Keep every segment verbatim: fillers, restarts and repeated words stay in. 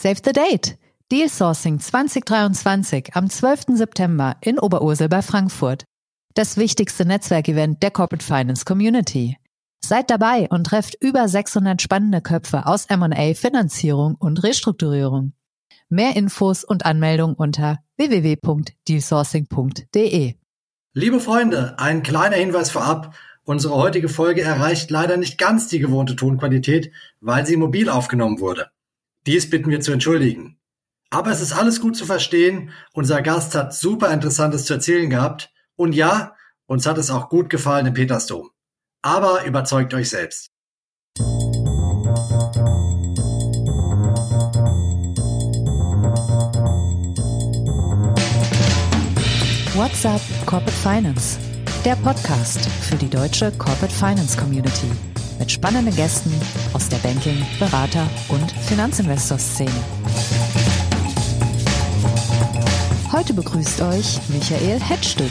Save the date! Deal Sourcing zwanzig dreiundzwanzig am zwölften September in Oberursel bei Frankfurt. Das wichtigste Netzwerkevent der Corporate Finance Community. Seid dabei und trefft über sechshundert spannende Köpfe aus M und A, Finanzierung und Restrukturierung. Mehr Infos und Anmeldung unter w w w punkt dealsourcing punkt d e. Liebe Freunde, ein kleiner Hinweis vorab. Unsere heutige Folge erreicht leider nicht ganz die gewohnte Tonqualität, weil sie mobil aufgenommen wurde. Dies bitten wir zu entschuldigen. Aber es ist alles gut zu verstehen. Unser Gast hat super Interessantes zu erzählen gehabt. Und ja, uns hat es auch gut gefallen im Petersdom. Aber überzeugt euch selbst. What's up Corporate Finance? Der Podcast für die deutsche Corporate Finance Community. Mit spannenden Gästen aus der Banking-, Berater- und Finanzinvestor-Szene. Heute begrüßt euch Michael Hettstück.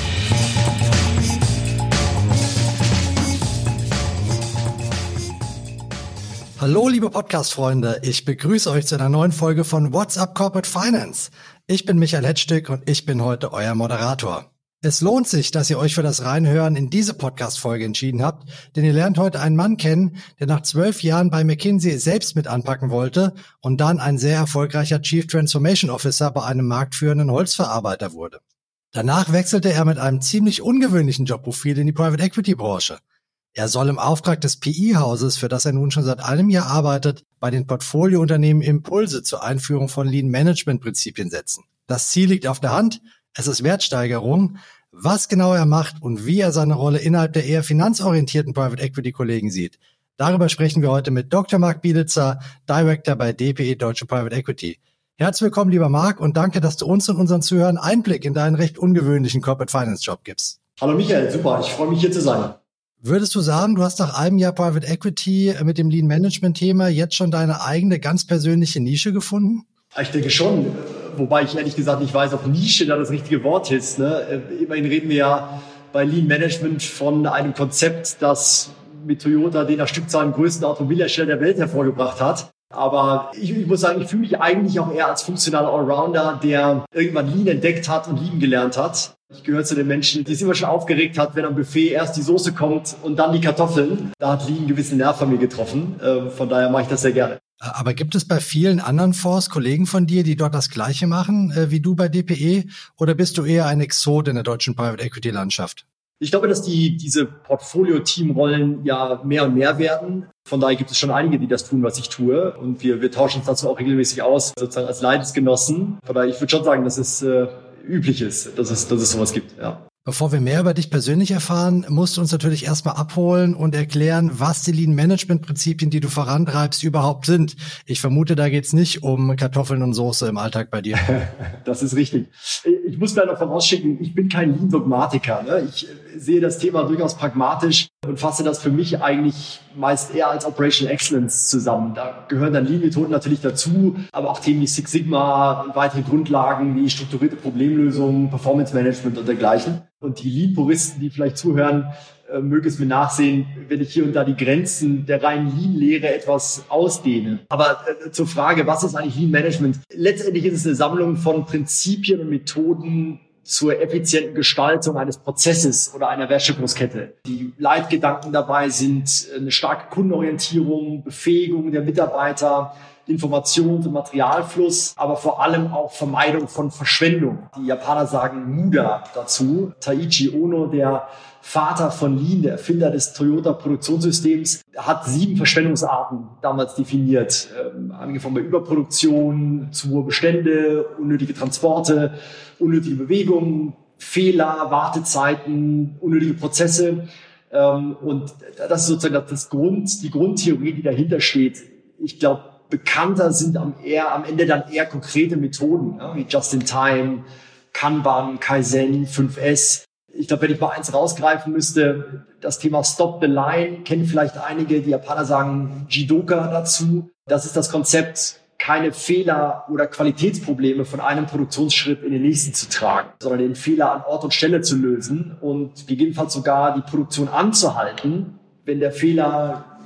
Hallo liebe Podcast-Freunde, ich begrüße euch zu einer neuen Folge von What's up Corporate Finance. Ich bin Michael Hettstück und ich bin heute euer Moderator. Es lohnt sich, dass ihr euch für das Reinhören in diese Podcast-Folge entschieden habt, denn ihr lernt heute einen Mann kennen, der nach zwölf Jahren bei McKinsey selbst mit anpacken wollte und dann ein sehr erfolgreicher Chief Transformation Officer bei einem marktführenden Holzverarbeiter wurde. Danach wechselte er mit einem ziemlich ungewöhnlichen Jobprofil in die Private Equity Branche. Er soll im Auftrag des P E-Hauses, für das er nun schon seit einem Jahr arbeitet, bei den Portfoliounternehmen Impulse zur Einführung von Lean-Management-Prinzipien setzen. Das Ziel liegt auf der Hand, es ist Wertsteigerung. Was genau er macht und wie er seine Rolle innerhalb der eher finanzorientierten Private Equity-Kollegen sieht, darüber sprechen wir heute mit Doktor Marc Bielitzer, Director bei D P E Deutsche Private Equity. Herzlich willkommen, lieber Marc, und danke, dass du uns und unseren Zuhörern Einblick in deinen recht ungewöhnlichen Corporate Finance Job gibst. Hallo Michael, super, ich freue mich hier zu sein. Würdest du sagen, du hast nach einem Jahr Private Equity mit dem Lean-Management-Thema jetzt schon deine eigene ganz persönliche Nische gefunden? Ich denke schon, wobei ich ehrlich gesagt nicht weiß, ob Nische da das richtige Wort ist. Ne? Immerhin reden wir ja bei Lean-Management von einem Konzept, das mit Toyota den nach Stückzahlen größten Automobilhersteller der Welt hervorgebracht hat. Aber ich, ich muss sagen, ich fühle mich eigentlich auch eher als funktionaler Allrounder, der irgendwann Lean entdeckt hat und lieben gelernt hat. Ich gehöre zu den Menschen, die sich immer schon aufgeregt hat, wenn am Buffet erst die Soße kommt und dann die Kartoffeln. Da hat Lean einen gewissen Nerv von mir getroffen. Von daher mache ich das sehr gerne. Aber gibt es bei vielen anderen Fonds Kollegen von dir, die dort das Gleiche machen äh, wie du bei D P E? Oder bist du eher ein Exot in der deutschen Private Equity Landschaft? Ich glaube, dass die diese Portfolio-Team-Rollen ja mehr und mehr werden. Von daher gibt es schon einige, die das tun, was ich tue. Und wir, wir tauschen uns dazu auch regelmäßig aus, sozusagen als Leidensgenossen. Von daher, ich würde schon sagen, dass es äh, üblich ist, dass es, dass es sowas gibt, ja. Bevor wir mehr über dich persönlich erfahren, musst du uns natürlich erstmal abholen und erklären, was die Lean-Management-Prinzipien, die du vorantreibst, überhaupt sind. Ich vermute, da geht's nicht um Kartoffeln und Soße im Alltag bei dir. Das ist richtig. Ich muss vielleicht noch vorausschicken, ich bin kein Lean-Dogmatiker. Ne? Ich sehe das Thema durchaus pragmatisch und fasse das für mich eigentlich meist eher als Operational Excellence zusammen. Da gehören dann Lean-Methoden natürlich dazu, aber auch Themen wie Six Sigma und weitere Grundlagen wie strukturierte Problemlösungen, Performance-Management und dergleichen. Und die Lean-Puristen, die vielleicht zuhören, äh, mögen es mir nachsehen, wenn ich hier und da die Grenzen der reinen Lean-Lehre etwas ausdehne. Aber äh, zur Frage, was ist eigentlich Lean-Management? Letztendlich ist es eine Sammlung von Prinzipien und Methoden zur effizienten Gestaltung eines Prozesses oder einer Wertschöpfungskette. Die Leitgedanken dabei sind eine starke Kundenorientierung, Befähigung der Mitarbeiter, Informations- und Materialfluss, aber vor allem auch Vermeidung von Verschwendung. Die Japaner sagen Muda dazu. Taiichi Ohno, der Vater von Lean, der Erfinder des Toyota-Produktionssystems, hat sieben Verschwendungsarten damals definiert. Ähm, angefangen bei Überproduktion, zu hohe Bestände, unnötige Transporte, unnötige Bewegungen, Fehler, Wartezeiten, unnötige Prozesse. Ähm, und das ist sozusagen das Grund, die Grundtheorie, die dahinter steht. Ich glaube, bekannter sind am, eher, am Ende dann eher konkrete Methoden, ja, wie Just-in-Time, Kanban, Kaizen, fünf S. Ich glaube, wenn ich mal eins rausgreifen müsste, das Thema Stop the Line, kennen vielleicht einige, die Japaner sagen Jidoka dazu. Das ist das Konzept, keine Fehler oder Qualitätsprobleme von einem Produktionsschritt in den nächsten zu tragen, sondern den Fehler an Ort und Stelle zu lösen und gegebenenfalls sogar die Produktion anzuhalten, wenn der Fehler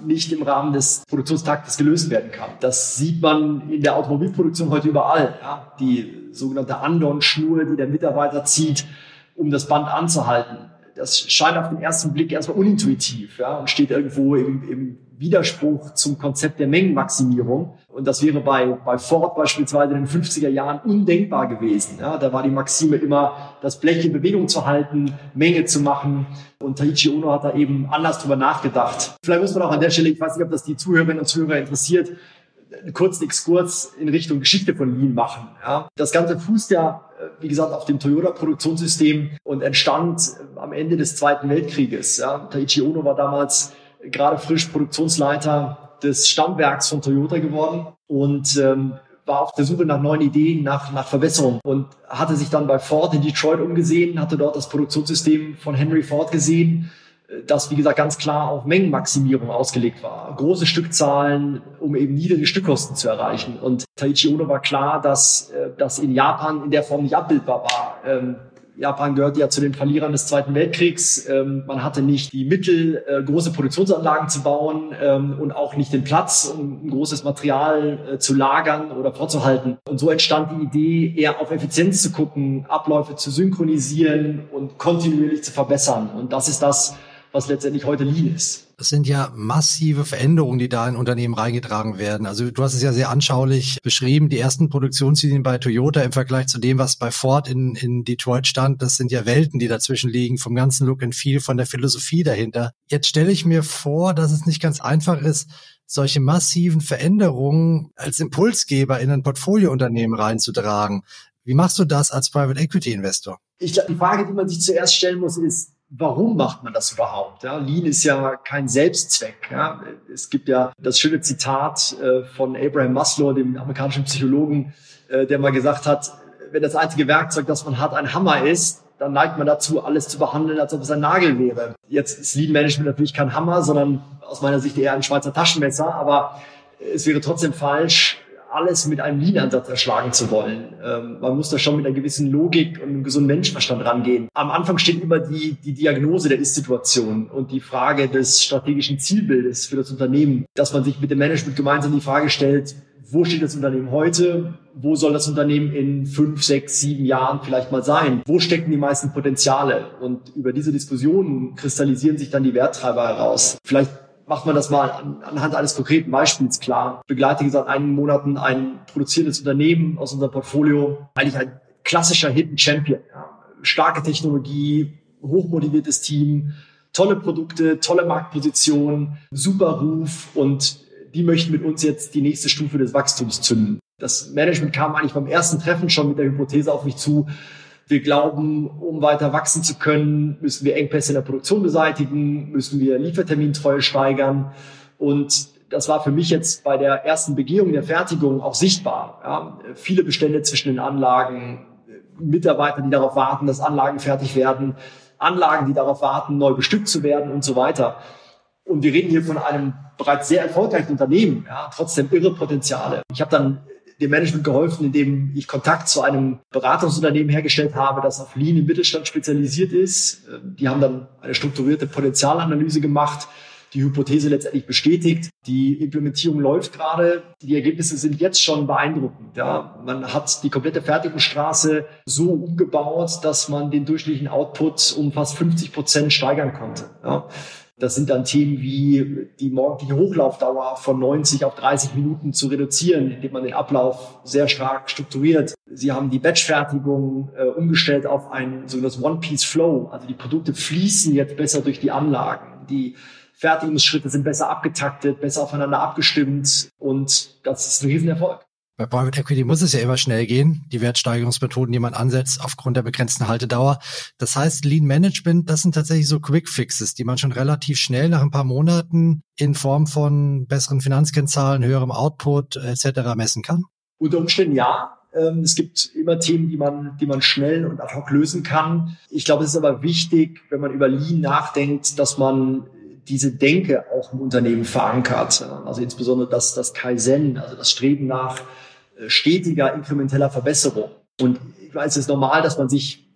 nicht im Rahmen des Produktionstaktes gelöst werden kann. Das sieht man in der Automobilproduktion heute überall. Ja? Die sogenannte Andon-Schnur, die der Mitarbeiter zieht, um das Band anzuhalten. Das scheint auf den ersten Blick erstmal unintuitiv, ja, und steht irgendwo im, im Widerspruch zum Konzept der Mengenmaximierung. Und das wäre bei, bei Ford beispielsweise in den fünfziger Jahren undenkbar gewesen. Ja, da war die Maxime immer, das Blech in Bewegung zu halten, Menge zu machen. Und Taiichi Ohno hat da eben anders drüber nachgedacht. Vielleicht muss man auch an der Stelle, ich weiß nicht, ob das die Zuhörerinnen und Zuhörer interessiert, einen kurzen Exkurs in Richtung Geschichte von Lean machen. Ja. Das Ganze fußt ja, wie gesagt, auf dem Toyota-Produktionssystem und entstand am Ende des Zweiten Weltkrieges. Ja. Taiichi Ohno war damals gerade frisch Produktionsleiter des Stammwerks von Toyota geworden und ähm, war auf der Suche nach neuen Ideen, nach, nach Verbesserung und hatte sich dann bei Ford in Detroit umgesehen, hatte dort das Produktionssystem von Henry Ford gesehen, das, wie gesagt, ganz klar auf Mengenmaximierung ausgelegt war. Große Stückzahlen, um eben niedrige Stückkosten zu erreichen. Und Taiichi Ohno war klar, dass das in Japan in der Form nicht abbildbar war. Ähm, Japan gehört ja zu den Verlierern des Zweiten Weltkriegs. Ähm, man hatte nicht die Mittel, äh, große Produktionsanlagen zu bauen ähm, und auch nicht den Platz, um ein großes Material äh, zu lagern oder vorzuhalten. Und so entstand die Idee, eher auf Effizienz zu gucken, Abläufe zu synchronisieren und kontinuierlich zu verbessern. Und das ist das, was letztendlich heute Lean ist. Das sind ja massive Veränderungen, die da in Unternehmen reingetragen werden. Also du hast es ja sehr anschaulich beschrieben, die ersten Produktionslinien bei Toyota im Vergleich zu dem, was bei Ford in, in Detroit stand, das sind ja Welten, die dazwischen liegen, vom ganzen Look and Feel, von der Philosophie dahinter. Jetzt stelle ich mir vor, dass es nicht ganz einfach ist, solche massiven Veränderungen als Impulsgeber in ein Portfoliounternehmen reinzutragen. Wie machst du das als Private Equity Investor? Ich glaube, die Frage, die man sich zuerst stellen muss, ist, warum macht man das überhaupt? Ja, Lean ist ja kein Selbstzweck. Ja. Es gibt ja das schöne Zitat äh, von Abraham Maslow, dem amerikanischen Psychologen, äh, der mal gesagt hat, wenn das einzige Werkzeug, das man hat, ein Hammer ist, dann neigt man dazu, alles zu behandeln, als ob es ein Nagel wäre. Jetzt ist Lean Management natürlich kein Hammer, sondern aus meiner Sicht eher ein Schweizer Taschenmesser. Aber es wäre trotzdem falsch, alles mit einem Lean-Ansatz erschlagen zu wollen. Ähm, man muss da schon mit einer gewissen Logik und einem gesunden Menschenverstand rangehen. Am Anfang steht immer die, die Diagnose der Ist-Situation und die Frage des strategischen Zielbildes für das Unternehmen, dass man sich mit dem Management gemeinsam die Frage stellt, wo steht das Unternehmen heute? Wo soll das Unternehmen in fünf, sechs, sieben Jahren vielleicht mal sein? Wo stecken die meisten Potenziale? Und über diese Diskussionen kristallisieren sich dann die Werttreiber heraus. Vielleicht macht man das mal an, anhand eines konkreten Beispiels klar. Ich begleite seit einigen Monaten ein produzierendes Unternehmen aus unserem Portfolio. Eigentlich ein klassischer Hidden Champion. Ja. Starke Technologie, hochmotiviertes Team, tolle Produkte, tolle Marktposition, super Ruf und die möchten mit uns jetzt die nächste Stufe des Wachstums zünden. Das Management kam eigentlich beim ersten Treffen schon mit der Hypothese auf mich zu, wir glauben, um weiter wachsen zu können, müssen wir Engpässe in der Produktion beseitigen, müssen wir Liefertermintreue steigern. Und das war für mich jetzt bei der ersten Begehung der Fertigung auch sichtbar. Ja, viele Bestände zwischen den Anlagen, Mitarbeiter, die darauf warten, dass Anlagen fertig werden, Anlagen, die darauf warten, neu bestückt zu werden und so weiter. Und wir reden hier von einem bereits sehr erfolgreichen Unternehmen, ja, trotzdem irre Potenziale. Ich habe dann dem Management geholfen, indem ich Kontakt zu einem Beratungsunternehmen hergestellt habe, das auf Lean im Mittelstand spezialisiert ist. Die haben dann eine strukturierte Potenzialanalyse gemacht, die Hypothese letztendlich bestätigt. Die Implementierung läuft gerade. Die Ergebnisse sind jetzt schon beeindruckend. Ja, man hat die komplette Fertigungsstraße so umgebaut, dass man den durchschnittlichen Output um fast fünfzig Prozent steigern konnte. Ja. Das sind dann Themen wie die morgendliche Hochlaufdauer von neunzig auf dreißig Minuten zu reduzieren, indem man den Ablauf sehr stark strukturiert. Sie haben die Batchfertigung äh, umgestellt auf ein sogenanntes One-Piece-Flow. Also die Produkte fließen jetzt besser durch die Anlagen. Die Fertigungsschritte sind besser abgetaktet, besser aufeinander abgestimmt und das ist ein Riesenerfolg. Bei Private Equity muss es ja immer schnell gehen, die Wertsteigerungsmethoden, die man ansetzt, aufgrund der begrenzten Haltedauer. Das heißt, Lean Management, das sind tatsächlich so Quick Fixes, die man schon relativ schnell nach ein paar Monaten in Form von besseren Finanzkennzahlen, höherem Output et cetera messen kann? Unter Umständen ja. Es gibt immer Themen, die man, die man schnell und ad hoc lösen kann. Ich glaube, es ist aber wichtig, wenn man über Lean nachdenkt, dass man diese Denke auch im Unternehmen verankert. Also insbesondere das, das Kaizen, also das Streben nach stetiger, inkrementeller Verbesserung. Und ich weiß, es ist normal, dass man sich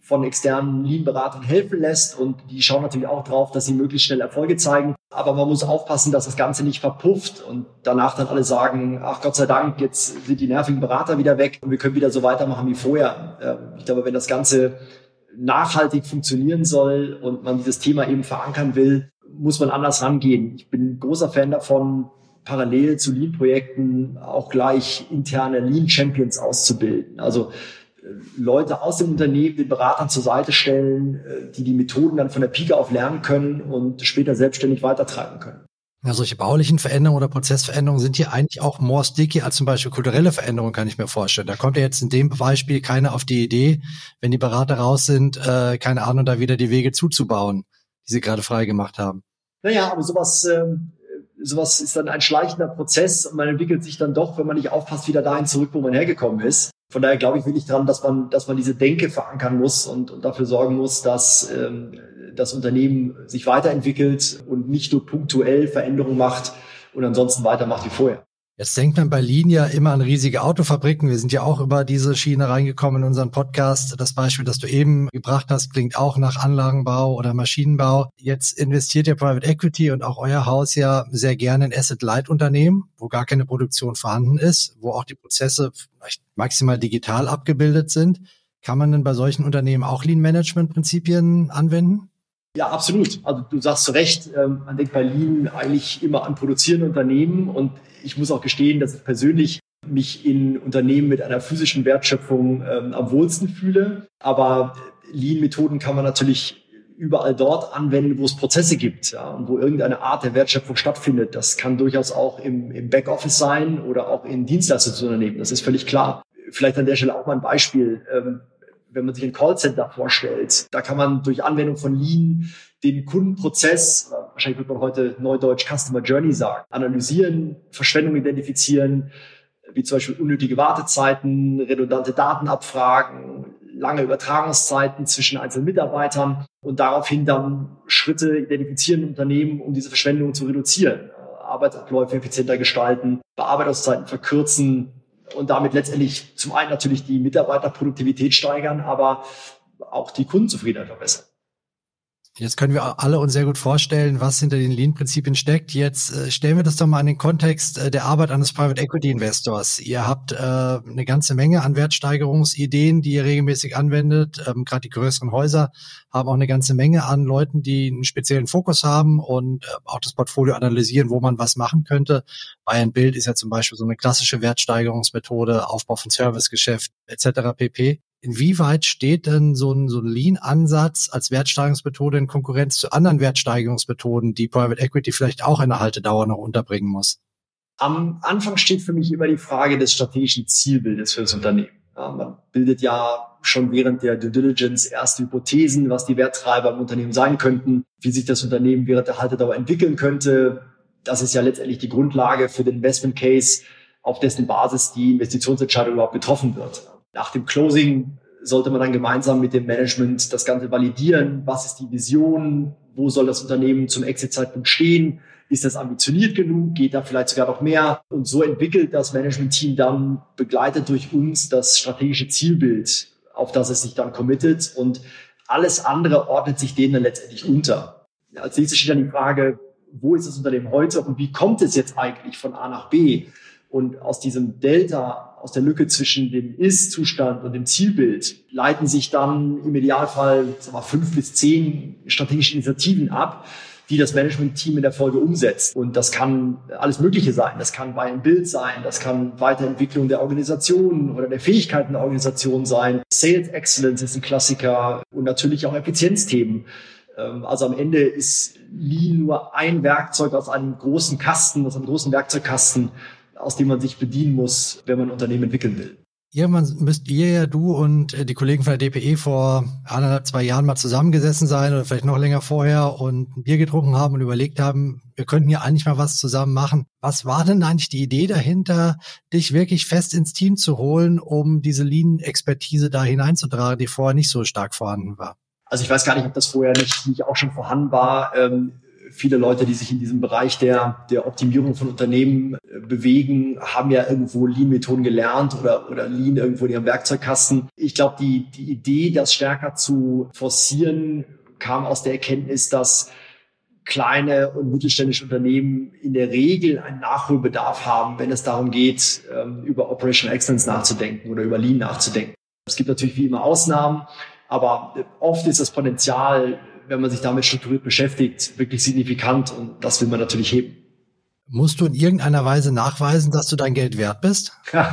von externen Lean-Beratern helfen lässt und die schauen natürlich auch drauf, dass sie möglichst schnell Erfolge zeigen. Aber man muss aufpassen, dass das Ganze nicht verpufft und danach dann alle sagen, ach Gott sei Dank, jetzt sind die nervigen Berater wieder weg und wir können wieder so weitermachen wie vorher. Ich glaube, wenn das Ganze nachhaltig funktionieren soll und man dieses Thema eben verankern will, muss man anders rangehen. Ich bin großer Fan davon, parallel zu Lean-Projekten auch gleich interne Lean-Champions auszubilden. Also Leute aus dem Unternehmen den Beratern zur Seite stellen, die die Methoden dann von der Pike auf lernen können und später selbstständig weitertreiben können. Ja, solche baulichen Veränderungen oder Prozessveränderungen sind hier eigentlich auch more sticky als zum Beispiel kulturelle Veränderungen, kann ich mir vorstellen. Da kommt ja jetzt in dem Beispiel keiner auf die Idee, wenn die Berater raus sind, äh, keine Ahnung, da wieder die Wege zuzubauen, die sie gerade frei gemacht haben. Naja, aber sowas, ähm, sowas ist dann ein schleichender Prozess und man entwickelt sich dann doch, wenn man nicht aufpasst, wieder dahin zurück, wo man hergekommen ist. Von daher glaube ich wirklich dran, dass man, dass man diese Denke verankern muss und, und dafür sorgen muss, dass ähm, das Unternehmen sich weiterentwickelt und nicht nur punktuell Veränderungen macht und ansonsten weitermacht wie vorher. Jetzt denkt man bei Lean ja immer an riesige Autofabriken. Wir sind ja auch über diese Schiene reingekommen in unseren Podcast. Das Beispiel, das du eben gebracht hast, klingt auch nach Anlagenbau oder Maschinenbau. Jetzt investiert ja Private Equity und auch euer Haus ja sehr gerne in Asset-Light-Unternehmen, wo gar keine Produktion vorhanden ist, wo auch die Prozesse vielleicht maximal digital abgebildet sind. Kann man denn bei solchen Unternehmen auch Lean-Management-Prinzipien anwenden? Ja, absolut. Also du sagst zu Recht, ähm, man denkt bei Lean eigentlich immer an produzierende Unternehmen und ich muss auch gestehen, dass ich persönlich mich in Unternehmen mit einer physischen Wertschöpfung ähm, am wohlsten fühle. Aber Lean-Methoden kann man natürlich überall dort anwenden, wo es Prozesse gibt, ja, und wo irgendeine Art der Wertschöpfung stattfindet. Das kann durchaus auch im, im Backoffice sein oder auch in Dienstleistungsunternehmen. Das ist völlig klar. Vielleicht an der Stelle auch mal ein Beispiel. Ähm, wenn man sich ein Callcenter vorstellt, da kann man durch Anwendung von Lean den Kundenprozess, wahrscheinlich wird man heute neudeutsch Customer Journey sagen, analysieren, Verschwendung identifizieren, wie zum Beispiel unnötige Wartezeiten, redundante Datenabfragen, lange Übertragungszeiten zwischen einzelnen Mitarbeitern und daraufhin dann Schritte identifizieren im Unternehmen, um diese Verschwendung zu reduzieren. Arbeitsabläufe effizienter gestalten, Bearbeitungszeiten verkürzen, und damit letztendlich zum einen natürlich die Mitarbeiterproduktivität steigern, aber auch die Kundenzufriedenheit verbessern. Jetzt können wir alle uns sehr gut vorstellen, was hinter den Lean-Prinzipien steckt. Jetzt äh, stellen wir das doch mal in den Kontext äh, der Arbeit eines Private Equity Investors. Ihr habt äh, eine ganze Menge an Wertsteigerungsideen, die ihr regelmäßig anwendet. Ähm, Gerade die größeren Häuser haben auch eine ganze Menge an Leuten, die einen speziellen Fokus haben und äh, auch das Portfolio analysieren, wo man was machen könnte. Buy and Build ist ja zum Beispiel so eine klassische Wertsteigerungsmethode, Aufbau von Servicegeschäft et cetera pp. Inwieweit steht denn so ein, so ein Lean-Ansatz als Wertsteigerungsmethode in Konkurrenz zu anderen Wertsteigerungsmethoden, die Private Equity vielleicht auch in der Haltedauer noch unterbringen muss? Am Anfang steht für mich immer die Frage des strategischen Zielbildes für das Unternehmen. Ja, man bildet ja schon während der Due Diligence erste Hypothesen, was die Werttreiber im Unternehmen sein könnten, wie sich das Unternehmen während der Haltedauer entwickeln könnte. Das ist ja letztendlich die Grundlage für den Investment Case, auf dessen Basis die Investitionsentscheidung überhaupt getroffen wird. Nach dem Closing sollte man dann gemeinsam mit dem Management das Ganze validieren. Was ist die Vision? Wo soll das Unternehmen zum Exit-Zeitpunkt stehen? Ist das ambitioniert genug? Geht da vielleicht sogar noch mehr? Und so entwickelt das Management-Team dann, begleitet durch uns, das strategische Zielbild, auf das es sich dann committet. Und alles andere ordnet sich denen dann letztendlich unter. Als nächstes steht dann die Frage, wo ist das Unternehmen heute und wie kommt es jetzt eigentlich von A nach B? Und aus diesem Delta, aus der Lücke zwischen dem Ist-Zustand und dem Zielbild leiten sich dann im Idealfall sagen wir, fünf bis zehn strategische Initiativen ab, die das Management-Team in der Folge umsetzt. Und das kann alles Mögliche sein. Das kann Buy and Build sein, das kann Weiterentwicklung der Organisation oder der Fähigkeiten der Organisation sein. Sales Excellence ist ein Klassiker und natürlich auch Effizienzthemen. Also am Ende ist Lean nur ein Werkzeug aus einem großen Kasten, aus einem großen Werkzeugkasten, aus dem man sich bedienen muss, wenn man ein Unternehmen entwickeln will. Irgendwann müsst ihr ja, du und die Kollegen von der D P E vor anderthalb, zwei Jahren mal zusammengesessen sein oder vielleicht noch länger vorher und ein Bier getrunken haben und überlegt haben, wir könnten ja eigentlich mal was zusammen machen. Was war denn eigentlich die Idee dahinter, dich wirklich fest ins Team zu holen, um diese Lean-Expertise da hineinzutragen, die vorher nicht so stark vorhanden war? Also ich weiß gar nicht, ob das vorher nicht, nicht auch schon vorhanden war. Ähm, viele Leute, die sich in diesem Bereich der, der Optimierung von Unternehmen bewegen, haben ja irgendwo Lean-Methoden gelernt oder, oder Lean irgendwo in ihrem Werkzeugkasten. Ich glaube, die, die Idee, das stärker zu forcieren, kam aus der Erkenntnis, dass kleine und mittelständische Unternehmen in der Regel einen Nachholbedarf haben, wenn es darum geht, über Operational Excellence nachzudenken oder über Lean nachzudenken. Es gibt natürlich wie immer Ausnahmen, aber oft ist das Potenzial, wenn man sich damit strukturiert beschäftigt, wirklich signifikant und das will man natürlich heben. Musst du in irgendeiner Weise nachweisen, dass du dein Geld wert bist?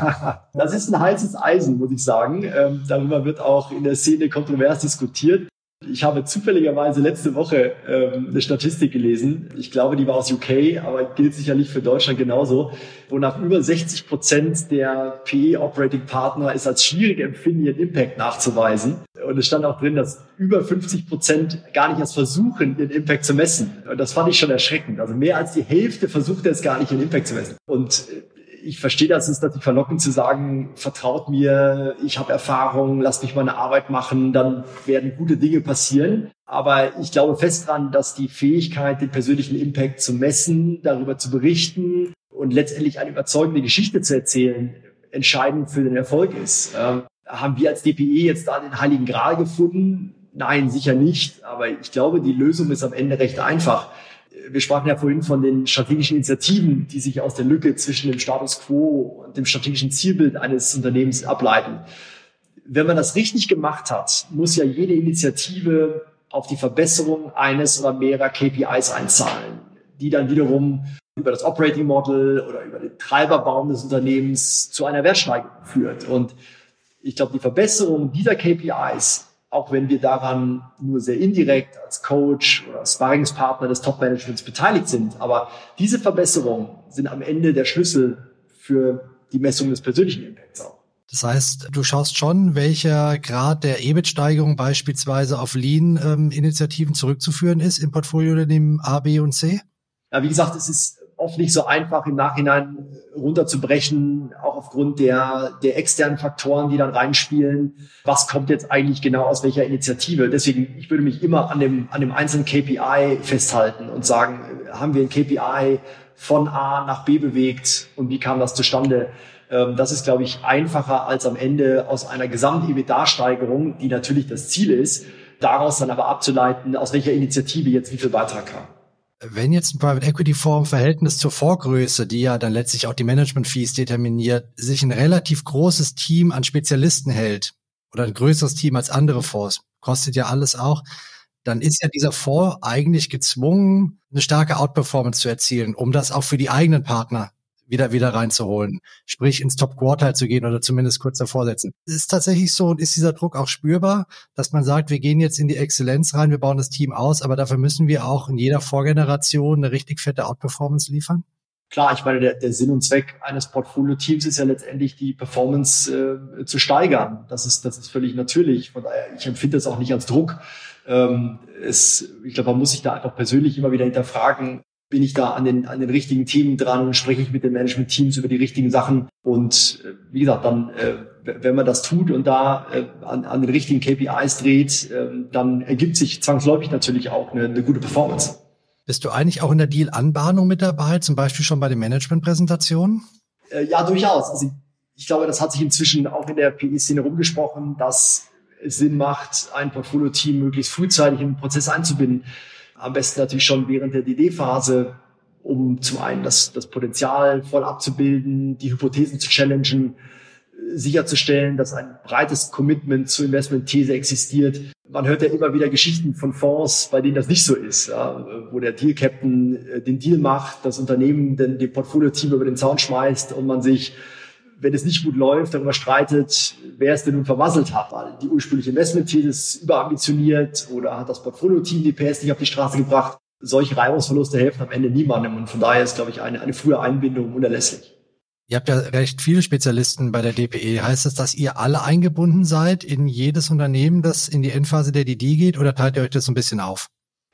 Das ist ein heißes Eisen, muss ich sagen. Ähm, darüber wird auch in der Szene kontrovers diskutiert. Ich habe zufälligerweise letzte Woche ähm, eine Statistik gelesen. Ich glaube, die war aus U K, aber gilt sicherlich für Deutschland genauso, wonach über sechzig Prozent der P E-Operating-Partner es als schwierig empfinden, ihren Impact nachzuweisen. Und es stand auch drin, dass über fünfzig Prozent gar nicht erst versuchen, ihren Impact zu messen. Und das fand ich schon erschreckend. Also mehr als die Hälfte versucht es gar nicht, ihren Impact zu messen. Und ich verstehe das, es ist natürlich verlockend zu sagen, vertraut mir, ich habe Erfahrung, lasst mich meine Arbeit machen, dann werden gute Dinge passieren. Aber ich glaube fest dran, dass die Fähigkeit, den persönlichen Impact zu messen, darüber zu berichten und letztendlich eine überzeugende Geschichte zu erzählen, entscheidend für den Erfolg ist. Ähm, haben wir als D P E jetzt da den Heiligen Gral gefunden? Nein, sicher nicht. Aber ich glaube, die Lösung ist am Ende recht einfach. Wir sprachen ja vorhin von den strategischen Initiativen, die sich aus der Lücke zwischen dem Status quo und dem strategischen Zielbild eines Unternehmens ableiten. Wenn man das richtig gemacht hat, muss ja jede Initiative auf die Verbesserung eines oder mehrerer K P Is einzahlen, die dann wiederum über das Operating Model oder über den Treiberbaum des Unternehmens zu einer Wertsteigerung führt. Und ich glaube, die Verbesserung dieser K P Is, auch wenn wir daran nur sehr indirekt als Coach oder Sparringspartner des Top-Managements beteiligt sind. Aber diese Verbesserungen sind am Ende der Schlüssel für die Messung des persönlichen Impacts auch. Das heißt, du schaust schon, welcher Grad der E B I T-Steigerung beispielsweise auf Lean-Initiativen zurückzuführen ist im Portfoliounternehmen A, B und C? Ja, wie gesagt, es ist oft nicht so einfach im Nachhinein runterzubrechen, auch aufgrund der, der externen Faktoren, die dann reinspielen. Was kommt jetzt eigentlich genau aus welcher Initiative? Deswegen, ich würde mich immer an dem, an dem einzelnen K P I festhalten und sagen, haben wir ein K P I von A nach B bewegt und wie kam das zustande? Das ist, glaube ich, einfacher als am Ende aus einer Gesamt-E B I T D-Steigerung, die natürlich das Ziel ist, daraus dann aber abzuleiten, aus welcher Initiative jetzt wie viel Beitrag kam. Wenn jetzt ein Private Equity Fonds im Verhältnis zur Vorgröße, die ja dann letztlich auch die Management Fees determiniert, sich ein relativ großes Team an Spezialisten hält oder ein größeres Team als andere Fonds, kostet ja alles auch, dann ist ja dieser Fonds eigentlich gezwungen, eine starke Outperformance zu erzielen, um das auch für die eigenen Partner wieder wieder reinzuholen, sprich ins Top Quartile zu gehen oder zumindest kurz davor setzen. Ist tatsächlich so und ist dieser Druck auch spürbar, dass man sagt, wir gehen jetzt in die Exzellenz rein, wir bauen das Team aus, aber dafür müssen wir auch in jeder Vorgeneration eine richtig fette Outperformance liefern? Klar, ich meine, der, der Sinn und Zweck eines Portfolio-Teams ist ja letztendlich die Performance äh, zu steigern. Das ist, das ist völlig natürlich. Von daher, ich empfinde das auch nicht als Druck. Ähm, es, ich glaube, man muss sich da einfach persönlich immer wieder hinterfragen, bin ich da an den, an den richtigen Themen dran, spreche ich mit den Management-Teams über die richtigen Sachen und äh, wie gesagt, dann, äh, wenn man das tut und da äh, an, an den richtigen K P Is dreht, äh, dann ergibt sich zwangsläufig natürlich auch eine, eine gute Performance. Bist du eigentlich auch in der Deal-Anbahnung mit dabei, zum Beispiel schon bei den Management-Präsentationen? Äh, ja, durchaus. Also ich, ich glaube, das hat sich inzwischen auch in der P E-Szene rumgesprochen, dass es Sinn macht, ein Portfolio-Team möglichst frühzeitig in den Prozess einzubinden. Am besten natürlich schon während der D D-Phase, um zum einen das, das Potenzial voll abzubilden, die Hypothesen zu challengen, sicherzustellen, dass ein breites Commitment zur Investmentthese existiert. Man hört ja immer wieder Geschichten von Fonds, bei denen das nicht so ist, ja, wo der Deal-Captain den Deal macht, das Unternehmen dann dem Portfolio-Team über den Zaun schmeißt und man sich, wenn es nicht gut läuft, darüber streitet, wer es denn nun vermasselt hat. Weil die ursprüngliche Investmentthese ist überambitioniert oder hat das Portfolio-Team die P S nicht auf die Straße gebracht. Solche Reibungsverluste helfen am Ende niemandem. Und von daher ist, glaube ich, eine, eine frühe Einbindung unerlässlich. Ihr habt ja recht viele Spezialisten bei der D P E. Heißt das, dass ihr alle eingebunden seid in jedes Unternehmen, das in die Endphase der D D geht, oder teilt ihr euch das so ein bisschen auf?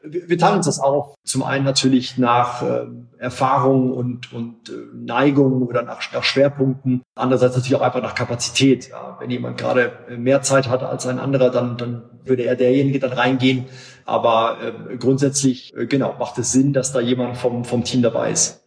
Wir teilen uns das auf. Zum einen natürlich nach äh, Erfahrung und, und äh, Neigung oder nach, nach Schwerpunkten. Andererseits natürlich auch einfach nach Kapazität. Ja, wenn jemand gerade mehr Zeit hat als ein anderer, dann, dann würde er derjenige dann reingehen. Aber äh, grundsätzlich, äh, genau, macht es Sinn, dass da jemand vom, vom Team dabei ist.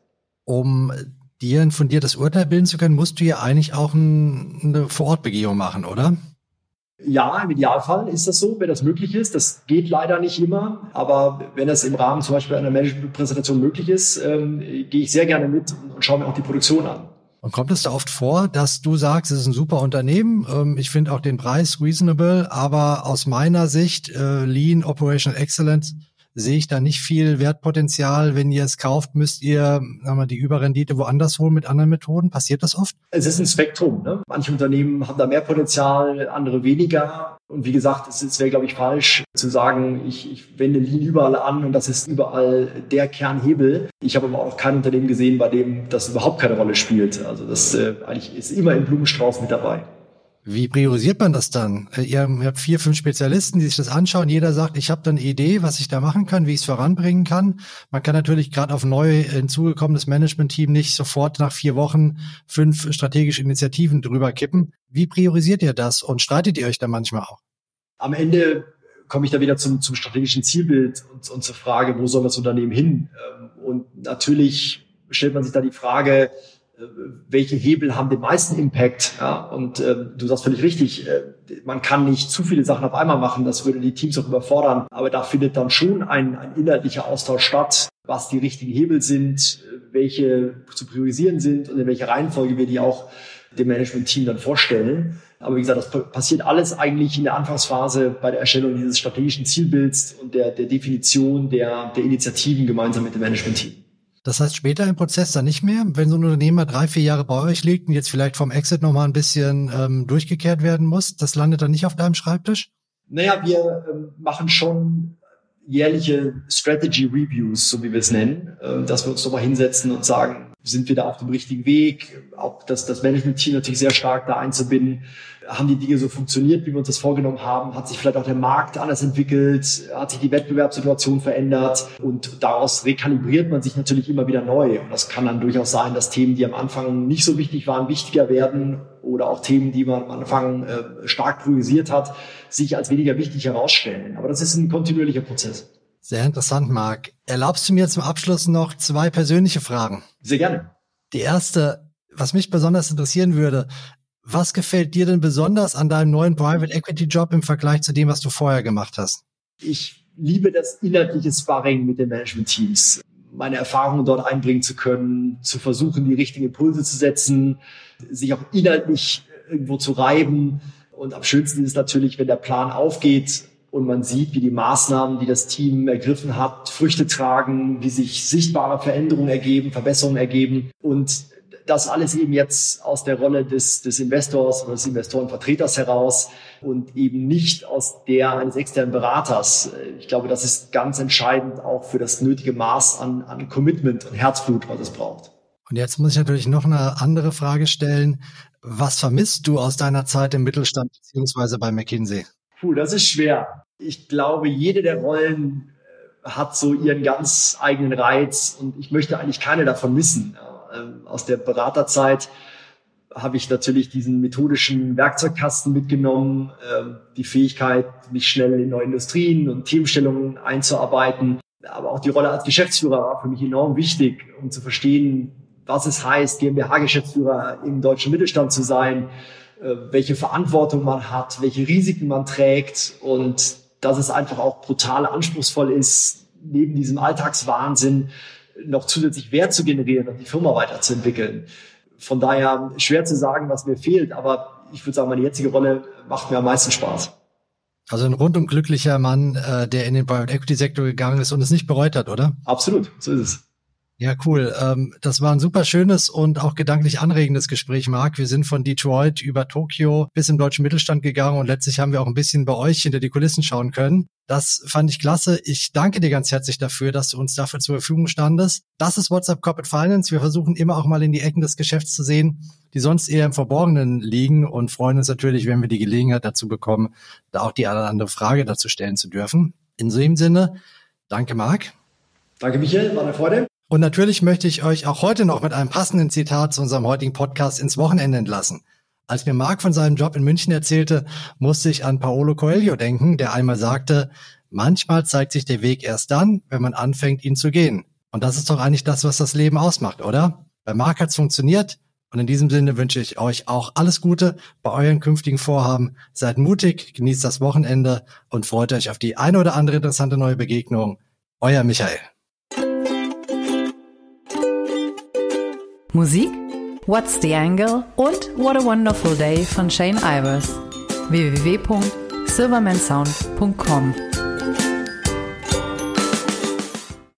Um dir ein fundiertes Urteil bilden zu können, musst du ja eigentlich auch ein, eine Vorortbegehung machen, oder? Ja, im Idealfall ist das so, wenn das möglich ist. Das geht leider nicht immer, aber wenn das im Rahmen zum Beispiel einer Management-Präsentation möglich ist, ähm, gehe ich sehr gerne mit und schaue mir auch die Produktion an. Und kommt es da oft vor, dass du sagst, es ist ein super Unternehmen, ähm, ich finde auch den Preis reasonable, aber aus meiner Sicht, äh, Lean Operational Excellence, sehe ich da nicht viel Wertpotenzial. Wenn ihr es kauft, müsst ihr sagen wir mal, die Überrendite woanders holen mit anderen Methoden. Passiert das oft? Es ist ein Spektrum. Ne? Manche Unternehmen haben da mehr Potenzial, andere weniger. Und wie gesagt, es, es wäre, glaube ich, falsch zu sagen, ich, ich wende Lean überall an und das ist überall der Kernhebel. Ich habe aber auch kein Unternehmen gesehen, bei dem das überhaupt keine Rolle spielt. Also das äh, eigentlich ist immer im Blumenstrauß mit dabei. Wie priorisiert man das dann? Ihr habt vier, fünf Spezialisten, die sich das anschauen. Jeder sagt, ich habe da eine Idee, was ich da machen kann, wie ich es voranbringen kann. Man kann natürlich gerade auf neu hinzugekommenes Management-Team nicht sofort nach vier Wochen fünf strategische Initiativen drüber kippen. Wie priorisiert ihr das und streitet ihr euch da manchmal auch? Am Ende komme ich da wieder zum, zum strategischen Zielbild und, und zur Frage, wo soll das Unternehmen hin? Und natürlich stellt man sich da die Frage, welche Hebel haben den meisten Impact? Ja, und äh, du sagst völlig richtig, äh, man kann nicht zu viele Sachen auf einmal machen, das würde die Teams auch überfordern. Aber da findet dann schon ein, ein inhaltlicher Austausch statt, was die richtigen Hebel sind, welche zu priorisieren sind und in welcher Reihenfolge wir die auch dem Management-Team dann vorstellen. Aber wie gesagt, das passiert alles eigentlich in der Anfangsphase bei der Erstellung dieses strategischen Zielbilds und der, der Definition der, der Initiativen gemeinsam mit dem Management-Team. Das heißt, später im Prozess dann nicht mehr, wenn so ein Unternehmer drei, vier Jahre bei euch liegt und jetzt vielleicht vom Exit nochmal ein bisschen ähm, durchgekehrt werden muss, das landet dann nicht auf deinem Schreibtisch? Naja, wir ähm, machen schon jährliche Strategy Reviews, so wie wir es nennen, ähm, dass wir uns nochmal hinsetzen und sagen, sind wir da auf dem richtigen Weg? Auch das, das Management-Team natürlich sehr stark da einzubinden. Haben die Dinge so funktioniert, wie wir uns das vorgenommen haben? Hat sich vielleicht auch der Markt anders entwickelt? Hat sich die Wettbewerbssituation verändert? Und daraus rekalibriert man sich natürlich immer wieder neu. Und das kann dann durchaus sein, dass Themen, die am Anfang nicht so wichtig waren, wichtiger werden. Oder auch Themen, die man am Anfang äh, stark priorisiert hat, sich als weniger wichtig herausstellen. Aber das ist ein kontinuierlicher Prozess. Sehr interessant, Marc. Erlaubst du mir zum Abschluss noch zwei persönliche Fragen? Sehr gerne. Die erste, was mich besonders interessieren würde, was gefällt dir denn besonders an deinem neuen Private Equity Job im Vergleich zu dem, was du vorher gemacht hast? Ich liebe das inhaltliche Sparring mit den Management-Teams. Meine Erfahrungen dort einbringen zu können, zu versuchen, die richtigen Impulse zu setzen, sich auch inhaltlich irgendwo zu reiben. Und am schönsten ist es natürlich, wenn der Plan aufgeht und man sieht, wie die Maßnahmen, die das Team ergriffen hat, Früchte tragen, wie sich sichtbare Veränderungen ergeben, Verbesserungen ergeben. Und das alles eben jetzt aus der Rolle des, des Investors oder des Investorenvertreters heraus und eben nicht aus der eines externen Beraters. Ich glaube, das ist ganz entscheidend auch für das nötige Maß an, an Commitment und Herzblut, was es braucht. Und jetzt muss ich natürlich noch eine andere Frage stellen. Was vermisst du aus deiner Zeit im Mittelstand beziehungsweise bei McKinsey? Puh, das ist schwer. Ich glaube, jede der Rollen hat so ihren ganz eigenen Reiz und ich möchte eigentlich keine davon missen. Aus der Beraterzeit habe ich natürlich diesen methodischen Werkzeugkasten mitgenommen, die Fähigkeit, mich schnell in neue Industrien und Themenstellungen einzuarbeiten. Aber auch die Rolle als Geschäftsführer war für mich enorm wichtig, um zu verstehen, was es heißt, GmbH-Geschäftsführer im deutschen Mittelstand zu sein, welche Verantwortung man hat, welche Risiken man trägt und dass es einfach auch brutal anspruchsvoll ist, neben diesem Alltagswahnsinn noch zusätzlich Wert zu generieren und die Firma weiterzuentwickeln. Von daher schwer zu sagen, was mir fehlt, aber ich würde sagen, meine jetzige Rolle macht mir am meisten Spaß. Also ein rundum glücklicher Mann, äh, der in den Private Equity Sektor gegangen ist und es nicht bereut hat, oder? Absolut, so ist es. Ja, cool. Ähm, das war ein super schönes und auch gedanklich anregendes Gespräch, Marc. Wir sind von Detroit über Tokio bis im deutschen Mittelstand gegangen und letztlich haben wir auch ein bisschen bei euch hinter die Kulissen schauen können. Das fand ich klasse. Ich danke dir ganz herzlich dafür, dass du uns dafür zur Verfügung standest. Das ist WhatsApp Corporate Finance. Wir versuchen immer auch mal in die Ecken des Geschäfts zu sehen, die sonst eher im Verborgenen liegen und freuen uns natürlich, wenn wir die Gelegenheit dazu bekommen, da auch die eine oder andere Frage dazu stellen zu dürfen. In so einem Sinne, Danke, Marc. Danke, Michael, war eine Freude. Und natürlich möchte ich euch auch heute noch mit einem passenden Zitat zu unserem heutigen Podcast ins Wochenende entlassen. Als mir Marc von seinem Job in München erzählte, musste ich an Paulo Coelho denken, der einmal sagte, manchmal zeigt sich der Weg erst dann, wenn man anfängt, ihn zu gehen. Und das ist doch eigentlich das, was das Leben ausmacht, oder? Bei Marc hat's funktioniert. Und in diesem Sinne wünsche ich euch auch alles Gute bei euren künftigen Vorhaben. Seid mutig, genießt das Wochenende und freut euch auf die eine oder andere interessante neue Begegnung. Euer Michael. Musik? What's the Angle? Und What a Wonderful Day von Shane Ivers. w w w punkt silverman sound punkt com